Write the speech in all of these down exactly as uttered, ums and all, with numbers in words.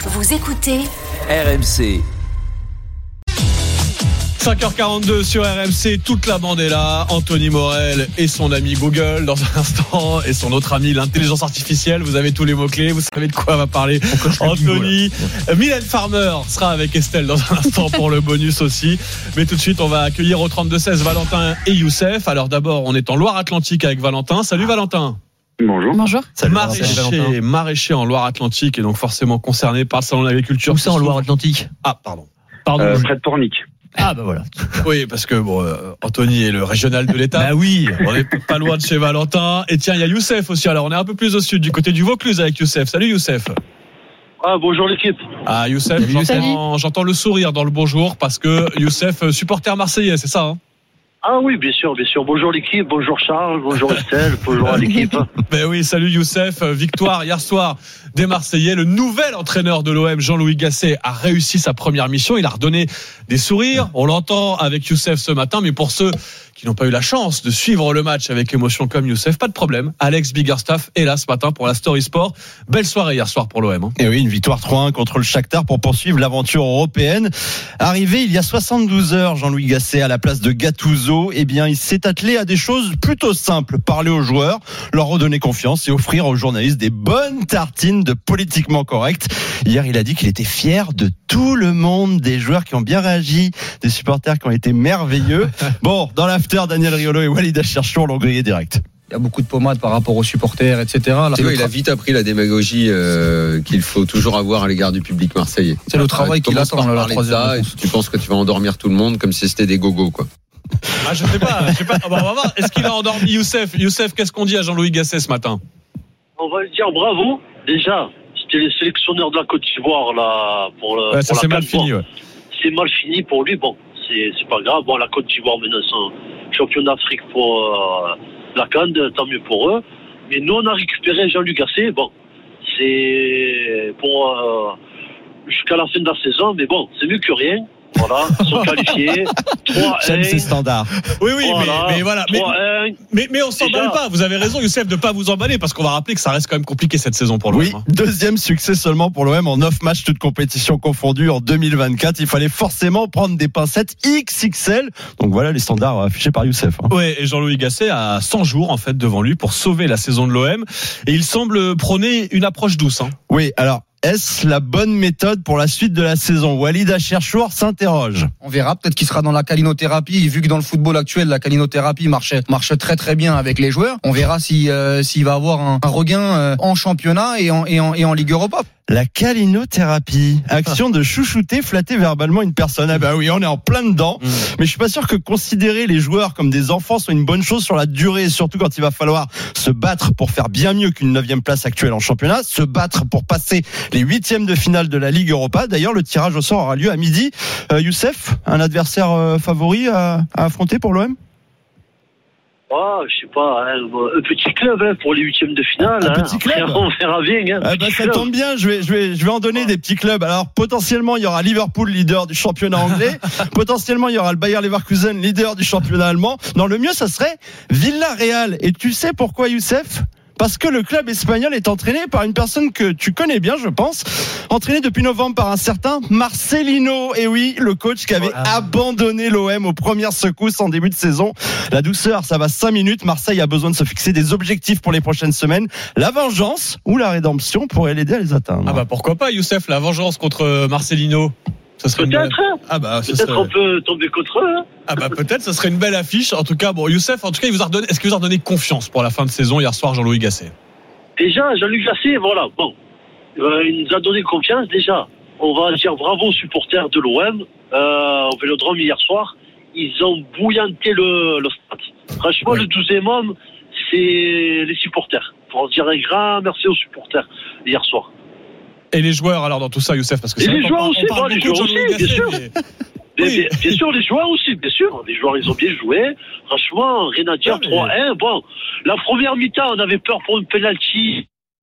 Vous écoutez R M C. cinq heures quarante-deux sur R M C, toute la bande est là. Anthony Morel et son ami Google dans un instant, et son autre ami l'intelligence artificielle. Vous avez tous les mots-clés, vous savez de quoi va parler Anthony. Mylène Farmer sera avec Estelle dans un instant pour le bonus aussi. Mais tout de suite, on va accueillir au trente-deux seize Valentin et Youssef. Alors d'abord, on est en Loire-Atlantique avec Valentin. Salut Valentin. Bonjour. Bonjour. Salut, maraîcher, maraîcher en Loire-Atlantique et donc forcément concerné par le salon de l'agriculture. Où ça en Loire-Atlantique ? Ah, pardon. Pardon. Euh, près de Pornic. Ah bah voilà. Oui, parce que bon, euh, Anthony est le régional de l'État. Bah oui. On est pas loin de chez Valentin. Et tiens, il y a Youssef aussi. Alors on est un peu plus au sud, du côté du Vaucluse avec Youssef. Salut Youssef. Ah, bonjour l'équipe. Ah Youssef, j'entends, j'entends le sourire dans le bonjour parce que Youssef, supporter marseillais, c'est ça hein? Ah oui, bien sûr, bien sûr. Bonjour l'équipe, bonjour Charles, bonjour Estelle, bonjour à l'équipe. Ben oui, salut Youssef. Victoire hier soir des Marseillais. Le nouvel entraîneur de l'O M, Jean-Louis Gasset, a réussi sa première mission. Il a redonné des sourires. On l'entend avec Youssef ce matin, mais pour ceux qui n'ont pas eu la chance de suivre le match avec émotion comme Youssef, pas de problème. Alex Biggerstaff est là ce matin pour la Story Sport. Belle soirée hier soir pour l'O M. Hein. Et oui, une victoire trois un contre le Shakhtar pour poursuivre l'aventure européenne. Arrivé il y a soixante-douze heures, Jean-Louis Gasset à la place de Gattuso, eh bien, il s'est attelé à des choses plutôt simples. Parler aux joueurs, leur redonner confiance et offrir aux journalistes des bonnes tartines de politiquement correct. Hier, il a dit qu'il était fier de tout le monde, des joueurs qui ont bien réagi, des supporters qui ont été merveilleux. Bon, dans l'after, Daniel Riolo et Walid Acharchour l'ont grillé direct. Il y a beaucoup de pommade par rapport aux supporters, et cetera. Là, tu vois, il a vite appris la démagogie euh, qu'il faut toujours avoir à l'égard du public marseillais. C'est le travail euh, qu'il attend dans la troisième. Tu penses que tu vas endormir tout le monde comme si c'était des gogos, quoi. Ah, je sais pas, je sais pas. Ah, bah, on va voir. Est-ce qu'il a endormi Youssef ? Youssef, qu'est-ce qu'on dit à Jean-Louis Gasset ce matin ? On va lui dire bravo. Déjà, c'était le sélectionneur de la Côte d'Ivoire là pour le. Ouais, ça pour c'est la mal fini. Ouais. C'est mal fini pour lui. Bon, c'est c'est pas grave. Bon, la Côte d'Ivoire maintenant sont champion d'Afrique pour euh, la C A N, tant mieux pour eux. Mais nous on a récupéré Jean-Louis Gasset. Bon, c'est pour euh, jusqu'à la fin de la saison. Mais bon, c'est mieux que rien. Voilà, ils sont qualifiés. trois un. J'aime ces standards. Oui, oui, voilà, mais, mais voilà. Mais, mais, mais on s'emballe Déjà. pas. Vous avez raison, Youssef, de pas vous emballer parce qu'on va rappeler que ça reste quand même compliqué cette saison pour l'O M. Oui, deuxième succès seulement pour l'O M en neuf matchs, toutes compétitions confondues en deux mille vingt-quatre. Il fallait forcément prendre des pincettes X X L. Donc voilà les standards affichés par Youssef. Hein. Oui, et Jean-Louis Gasset a cent jours en fait devant lui pour sauver la saison de l'O M. Et il semble prôner une approche douce. Hein. Oui, alors. Est-ce la bonne méthode pour la suite de la saison ? Walid Acharchour s'interroge. On verra, peut-être qu'il sera dans la calinothérapie, vu que dans le football actuel, la calinothérapie marche, marche très très bien avec les joueurs. On verra si, euh, s'il va avoir un, un regain euh, en championnat et en, et, en, et en Ligue Europa. La calinothérapie, action de chouchouter, flatter verbalement une personne. Ah bah oui, on est en plein dedans. Mmh. Mais je suis pas sûr que considérer les joueurs comme des enfants soit une bonne chose sur la durée, surtout quand il va falloir se battre pour faire bien mieux qu'une neuvième place actuelle en championnat, se battre pour passer les huitièmes de finale de la Ligue Europa. D'ailleurs, le tirage au sort aura lieu à midi. Euh, Youssef, un adversaire euh, favori à, à affronter pour l'O M ? Ah, je sais pas, hein, un petit club hein, pour les huitièmes de finale. Un hein. petit club. Après, on verra bien. Hein, ah bah, ça club. tombe bien, je vais, je vais, je vais en donner des petits clubs. Alors potentiellement, il y aura Liverpool, leader du championnat anglais. Potentiellement, il y aura le Bayer Leverkusen, leader du championnat allemand. Non, le mieux, ça serait Villarreal. Et tu sais pourquoi, Youssef ? Parce que le club espagnol est entraîné par une personne que tu connais bien, je pense. Entraîné depuis novembre par un certain Marcelino. Et oui, le coach qui avait voilà. abandonné l'O M aux premières secousses en début de saison. La douceur, ça va cinq minutes. Marseille a besoin de se fixer des objectifs pour les prochaines semaines. La vengeance ou la rédemption pourrait l'aider à les atteindre. Ah bah pourquoi pas, Youssef, la vengeance contre Marcelino. Ça serait peut-être, une... ah bah, peut-être serait... on peut tomber contre eux. Hein. Ah bah peut-être, ça serait une belle affiche. En tout cas, bon, Youssef, en tout cas, il vous a redonné... est-ce qu'il vous a redonné confiance pour la fin de saison hier soir, Jean-Louis Gasset ? Déjà, Jean-Louis Gasset, voilà, bon, euh, il nous a donné confiance. Déjà, on va dire bravo aux supporters de l'O M euh, au Vélodrome hier soir. Ils ont bouillanté le, le stade. Franchement, oui. Le douzième homme, c'est les supporters. Pour dire un grand merci aux supporters hier soir. Et les joueurs alors dans tout ça, Youssef, parce que et c'est les joueurs aussi, bon, les joueurs aussi, bien sûr. Mais... Mais, oui. bien, bien sûr, les joueurs aussi, bien sûr. Les joueurs, ils ont bien joué. Franchement, rien à dire. trois un. Bon, la première mi-temps, on avait peur pour une penalty.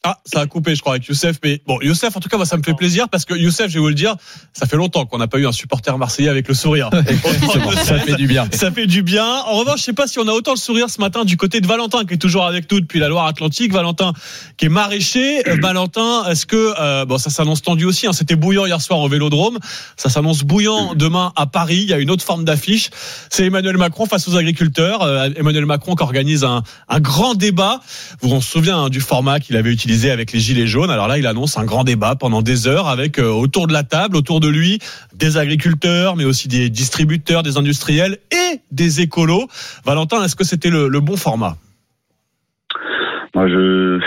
Ah, ça a coupé, je crois, avec Youssef. Mais bon, Youssef, en tout cas, moi, ça me fait plaisir parce que Youssef, je vais vous le dire, ça fait longtemps qu'on n'a pas eu un supporter marseillais avec le sourire. Ça fait du bien. Ça fait du bien. En revanche, je sais pas si on a autant le sourire ce matin du côté de Valentin, qui est toujours avec nous depuis la Loire-Atlantique. Valentin, qui est maraîcher. Euh, Valentin, est-ce que euh, bon, ça s'annonce tendu aussi. Hein, c'était bouillant hier soir au Vélodrome. Ça s'annonce bouillant demain à Paris. Il y a une autre forme d'affiche. C'est Emmanuel Macron face aux agriculteurs. Euh, Emmanuel Macron qui organise un, un grand débat. Vous vous souvenez hein, du format qu'il avait utilisé avec les Gilets jaunes. Alors là, il annonce un grand débat pendant des heures avec euh, autour de la table, autour de lui, des agriculteurs, mais aussi des distributeurs, des industriels et des écolos. Valentin, est-ce que c'était le, le bon format ? Moi, je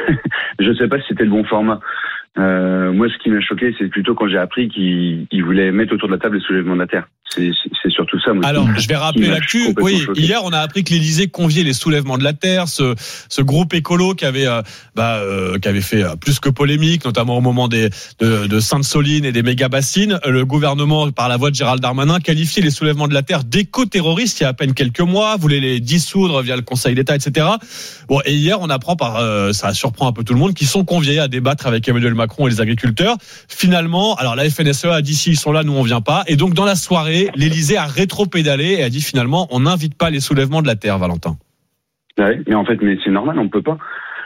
je sais pas si c'était le bon format. Euh, moi, ce qui m'a choqué, c'est plutôt quand j'ai appris qu'il, qu'il voulait mettre autour de la table le soulèvement de la terre. C'est, c'est, c'est surtout ça. Moi, Alors, qui, je vais rappeler l'actu. Oui, choqué. Hier, on a appris que l'Élysée conviait les soulèvements de la terre, ce, ce groupe écolo qui avait, euh, bah, euh, qui avait fait euh, plus que polémique, notamment au moment des, de, de Sainte-Soline et des méga-bassines. Le gouvernement, par la voix de Gérald Darmanin, qualifiait les soulèvements de la terre d'éco-terroristes il y a à peine quelques mois, voulait les dissoudre via le Conseil d'État, et cetera. Bon, et hier, on apprend par, euh, ça surprend un peu tout le monde, qu'ils sont conviés à débattre avec Emmanuel Macron et les agriculteurs. Finalement, alors la F N S E a dit si ils sont là, nous on vient pas. Et donc dans la soirée, l'Élysée a rétro-pédalé et a dit finalement on n'invite pas les soulèvements de la terre, Valentin. Ouais, mais en fait, mais c'est normal, on peut pas.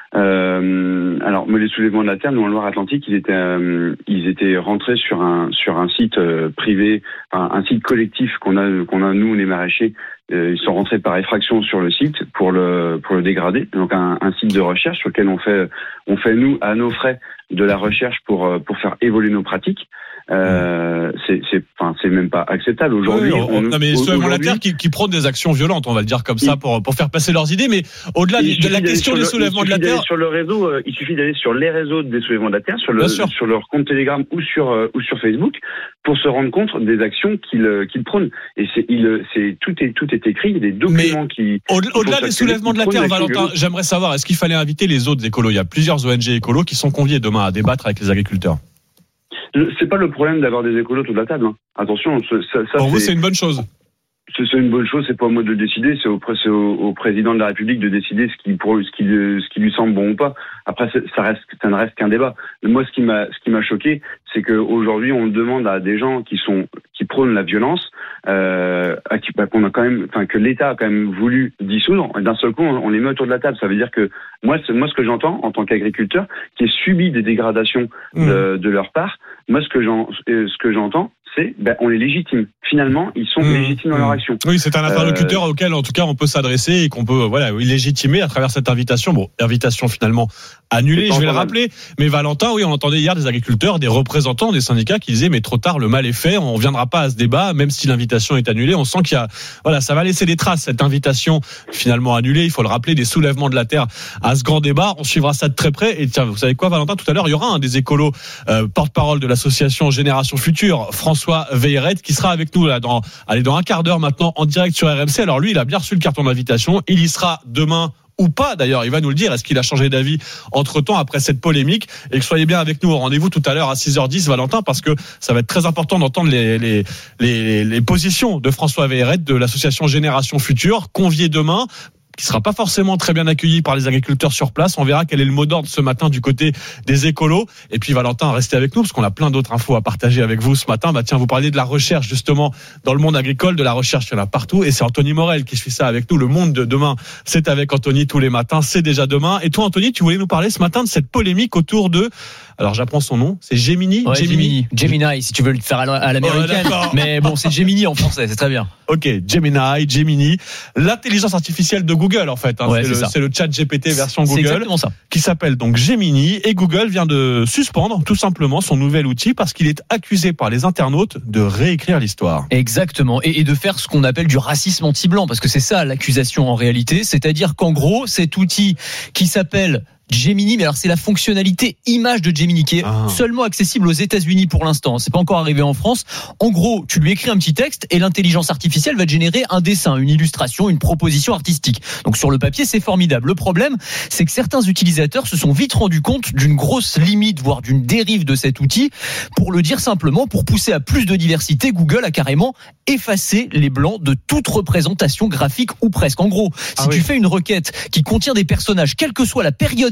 Euh, alors, mais les soulèvements de la terre, nous en Loire-Atlantique, ils étaient, euh, ils étaient rentrés sur un sur un site euh, privé, un, un site collectif qu'on a qu'on a nous les maraîchers. Euh, ils sont rentrés par effraction sur le site pour le pour le dégrader. Donc un, un site de recherche sur lequel on fait on fait nous à nos frais de la recherche pour pour faire évoluer nos pratiques. Euh, c'est c'est enfin c'est même pas acceptable aujourd'hui. Oui, on, on, non mais soulèvement de la terre qui, qui prône des actions violentes, on va le dire comme ça pour pour faire passer leurs idées. Mais au-delà de la question des soulèvements de la terre, sur le réseau, euh, il suffit d'aller sur les réseaux des soulèvements de la terre, sur le sur leur compte Telegram ou sur euh, ou sur Facebook pour se rendre compte des actions qu'ils qu'ils prônent. Et c'est il c'est tout est tout est écrit, il y a des documents mais qui au, au-delà des soulèvements de la terre, Valentin, j'aimerais savoir est-ce qu'il fallait inviter les autres écolos ? Il y a plusieurs O N G écolos qui sont conviés demain à débattre avec les agriculteurs. C'est pas le problème d'avoir des écolos autour de la table. Hein. Attention, ça, ça pour c'est, vous, c'est une bonne chose. C'est, c'est une bonne chose. C'est pas à moi de décider. C'est au, c'est au, au président de la République de décider ce qui pour ce qui ce qui lui semble bon ou pas. Après, ça reste, ça ne reste qu'un débat. Moi, ce qui m'a ce qui m'a choqué, c'est qu'aujourd'hui, on demande à des gens qui sont qui prônent la violence, euh, à qui, bah, qu'on a quand même, enfin que l'État a quand même voulu dissoudre. D'un seul coup, on, on les met autour de la table. Ça veut dire que moi, c'est, moi, ce que j'entends en tant qu'agriculteur, qui ai subi des dégradations mmh. de, de leur part. Moi, ce que, j'en, ce que j'entends, c'est ben, on les légitime. Finalement, ils sont mmh, légitimes dans mmh. leur action. Oui, c'est un interlocuteur euh... auquel, en tout cas, on peut s'adresser et qu'on peut voilà, légitimer à travers cette invitation. Bon, invitation finalement annulée, je vais le rappeler. Mais Valentin, oui, on entendait hier des agriculteurs, des représentants des syndicats qui disaient mais trop tard, le mal est fait, on ne viendra pas à ce débat, même si l'invitation est annulée. On sent qu'il y a, voilà, ça va laisser des traces, cette invitation finalement annulée. Il faut le rappeler, des soulèvements de la terre à ce grand débat. On suivra ça de très près. Et tiens, vous savez quoi, Valentin, tout à l'heure, il y aura un des écolos euh, porte-parole de l'association Génération Future, François Veilleret, qui sera avec nous là dans, allez, dans un quart d'heure maintenant en direct sur R M C. Alors lui, il a bien reçu le carton d'invitation. Il y sera demain ou pas d'ailleurs, il va nous le dire. Est-ce qu'il a changé d'avis entre-temps après cette polémique? Et que soyez bien avec nous au rendez-vous tout à l'heure à six heures dix, Valentin, parce que ça va être très important d'entendre les, les, les, les positions de François Veilleret de l'association Génération Future, convié demain, qui sera pas forcément très bien accueilli par les agriculteurs sur place. On verra quel est le mot d'ordre ce matin du côté des écolos. Et puis Valentin, restez avec nous parce qu'on a plein d'autres infos à partager avec vous ce matin. Bah tiens, vous parliez de la recherche justement dans le monde agricole, de la recherche, il y en a partout. Et c'est Anthony Morel qui suit ça avec nous. Le monde de demain, c'est avec Anthony tous les matins. C'est déjà demain. Et toi, Anthony, tu voulais nous parler ce matin de cette polémique autour de... Alors j'apprends son nom, c'est Gemini. Ouais, Gemini. Gemini, Gemini, si tu veux le faire à l'américaine. Oh, mais bon, c'est Gemini en français, c'est très bien. Ok, Gemini, Gemini, l'intelligence artificielle de Google en fait. Hein. Ouais, c'est, c'est, le, c'est le chat G P T version c'est Google. Exactement ça. Qui s'appelle donc Gemini. Et Google vient de suspendre tout simplement son nouvel outil parce qu'il est accusé par les internautes de réécrire l'histoire. Exactement. Et, et de faire ce qu'on appelle du racisme anti-blanc, parce que c'est ça l'accusation en réalité. C'est-à-dire qu'en gros, cet outil qui s'appelle Gemini, mais alors c'est la fonctionnalité image de Gemini qui est ah. seulement accessible aux États-Unis pour l'instant. C'est pas encore arrivé en France. En gros, tu lui écris un petit texte et l'intelligence artificielle va te générer un dessin, une illustration, une proposition artistique. Donc sur le papier, c'est formidable. Le problème, c'est que certains utilisateurs se sont vite rendus compte d'une grosse limite, voire d'une dérive de cet outil. Pour le dire simplement, pour pousser à plus de diversité, Google a carrément effacé les blancs de toute représentation graphique ou presque. En gros, si ah oui. tu fais une requête qui contient des personnages, quelle que soit la période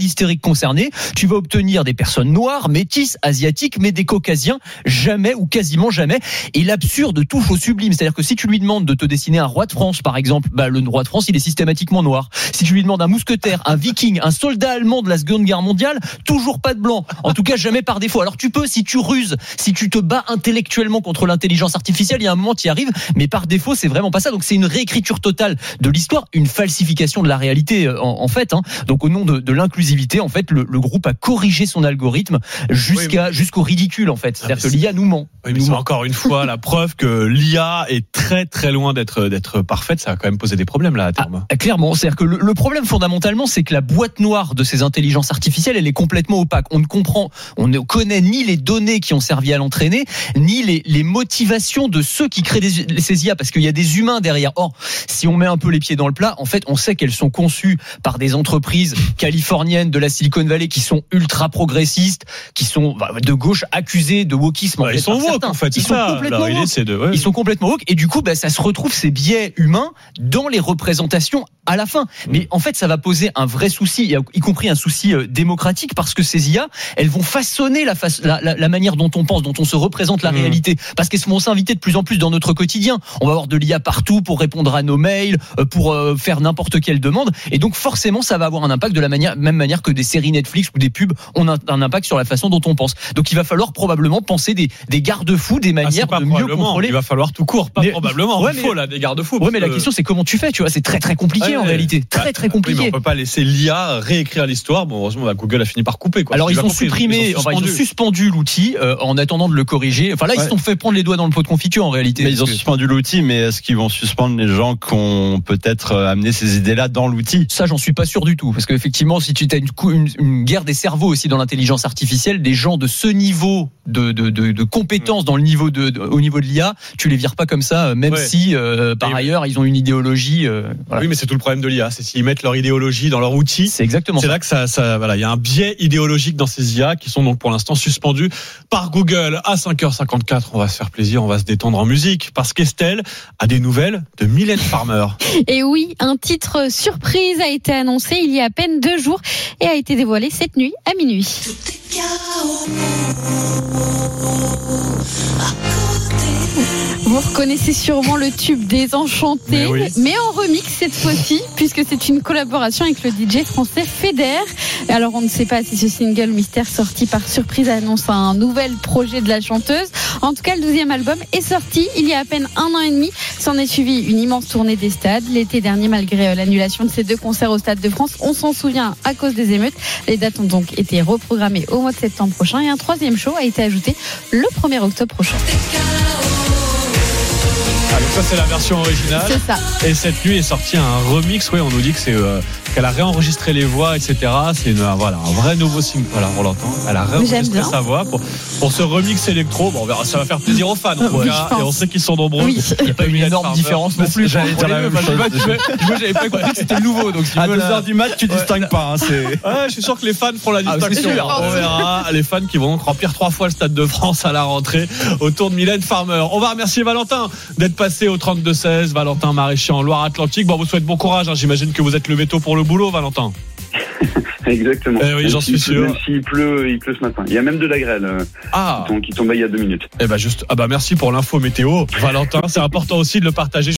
hystériques concernés, tu vas obtenir des personnes noires, métisses, asiatiques, mais des caucasiens, jamais ou quasiment jamais. Et l'absurde touche au sublime. C'est-à-dire que si tu lui demandes de te dessiner un roi de France, par exemple, bah, le roi de France, il est systématiquement noir. Si tu lui demandes un mousquetaire, un viking, un soldat allemand de la Seconde Guerre mondiale, toujours pas de blanc. En tout cas, jamais par défaut. Alors tu peux, si tu ruses, si tu te bats intellectuellement contre l'intelligence artificielle, il y a un moment, tu y arrives, mais par défaut, c'est vraiment pas ça. Donc c'est une réécriture totale de l'histoire, une falsification de la réalité, en, en fait. Hein. Donc au nom de, de l'inclusivité, en fait, le, le groupe a corrigé son algorithme jusqu'à, oui, jusqu'au ridicule, en fait. C'est-à-dire ah, que l'I A nous ment. Oui, mais c'est encore une fois la preuve que l'I A est très très loin d'être d'être parfaite. Ça va quand même poser des problèmes là à terme. Ah, clairement, c'est-à-dire que le, le problème fondamentalement, c'est que la boîte noire de ces intelligences artificielles, elle est complètement opaque. On ne comprend, on ne connaît ni les données qui ont servi à l'entraîner, ni les, les motivations de ceux qui créent des, ces I A, parce qu'il y a des humains derrière. Or, si on met un peu les pieds dans le plat, en fait, on sait qu'elles sont conçues par des entreprises californiennes de la Silicon Valley qui sont ultra progressistes, qui sont de gauche accusées de wokisme. Bah, ils sont woke, en fait. Ils sont ça. complètement woke. De, ouais. Ils sont complètement woke, et du coup, bah, ça se retrouve ces biais humains dans les représentations à la fin. Mais en fait, ça va poser un vrai souci, y compris un souci euh, démocratique, parce que ces I A, elles vont façonner la, fa- la, la, la manière dont on pense, dont on se représente la mmh. réalité, parce qu'elles vont s'inviter de plus en plus dans notre quotidien. On va avoir de l'I A partout pour répondre à nos mails, euh, pour euh, faire n'importe quelle demande, et donc forcément, ça va avoir un impact de la manière, même manière que des séries Netflix ou des pubs ont un, un impact sur la façon dont on pense. Donc, il va falloir probablement penser des, des garde-fous, des manières ah, de mieux contrôler. Il va falloir tout court, pas mais, probablement. Ouais, il faut là des garde-fous. Ouais, mais que... la question, c'est comment tu fais, tu vois, c'est très très compliqué ah, en ouais. réalité, très très compliqué. Oui, mais on peut pas laisser l'I A réécrire l'histoire. Bon, heureusement, bah, Google a fini par couper. Quoi. Alors ils ont supprimé, ils ont, enfin, ils ont suspendu l'outil euh, en attendant de le corriger. Enfin là, ouais. ils se sont fait prendre les doigts dans le pot de confiture en réalité. Mais ils ont que... suspendu l'outil, mais est-ce qu'ils vont suspendre les gens qui ont peut-être amené ces idées-là dans l'outil ? Ça, j'en suis pas sûr du tout, parce qu'effectivement, si tu as une, une, une guerre des cerveaux aussi dans l'intelligence artificielle, des gens de ce niveau de, de, de, de compétences dans le niveau de, de, au niveau de l'I A, tu les vires pas comme ça, même ouais. si euh, par et ailleurs ils ont une idéologie. Euh, voilà. Oui, mais c'est tout le problème de l'I A, c'est s'ils mettent leur idéologie dans leur outil. C'est exactement. C'est ça. là que ça, ça, voilà, il y a un biais idéologique dans ces I A qui sont donc pour l'instant suspendus par Google. À cinq heures cinquante-quatre, on va se faire plaisir, on va se détendre en musique, parce qu'Estelle a des nouvelles de Mylène Farmer. Et oui, un titre surprise a été annoncé il y a à peine deux jours et a été dévoilé cette nuit à minuit. Vous reconnaissez sûrement le tube Désenchanté, mais, oui. mais en remix cette fois-ci, puisque c'est une collaboration avec le D J français Feder. Alors on ne sait pas si ce single mystère sorti par surprise annonce un nouvel projet de la chanteuse. En tout cas, le douzième album est sorti il y a à peine un an et demi. S'en est suivi une immense tournée des stades. L'été dernier, malgré l'annulation de ces deux concerts au Stade de France, on s'en souvient à cause des émeutes. Les dates ont donc été reprogrammées au mois de septembre prochain et un troisième show a été ajouté le premier octobre prochain. Ah, donc ça c'est la version originale. C'est ça. Et cette nuit est sorti un remix. Oui, on nous dit que c'est euh, qu'elle a réenregistré les voix, et cetera. C'est une, voilà un vrai nouveau single. Voilà, on l'entend. Elle a réenregistré sa voix pour pour ce remix électro. Bon, on verra. Ça va faire plaisir aux fans. En tout cas, et on sait qu'ils sont nombreux. Oui. Il n'y a pas une énorme différence non plus. J'allais dire la même chose. Moi, j'avais pas compris que c'était nouveau. Donc à deux heures du mat, tu distingues pas. Hein, c'est. Ouais, je suis sûr que les fans feront la distinction. Ah, on verra. Les fans qui vont donc remplir trois fois le Stade de France à la rentrée autour de Mylène Farmer. On va remercier Valentin d'être passé au trente-deux seize. Valentin Maraîcher en Loire-Atlantique. Bon, on vous souhaite bon courage. Hein. J'imagine que vous êtes levé tôt pour le boulot, Valentin. Exactement. Eh oui, même j'en suis sûr. Même s'il pleut, il pleut ce matin. Il y a même de la grêle euh, ah. qui tombait il y a deux minutes. Eh ben juste, ah bah merci pour l'info météo, Valentin. C'est important aussi de le partager.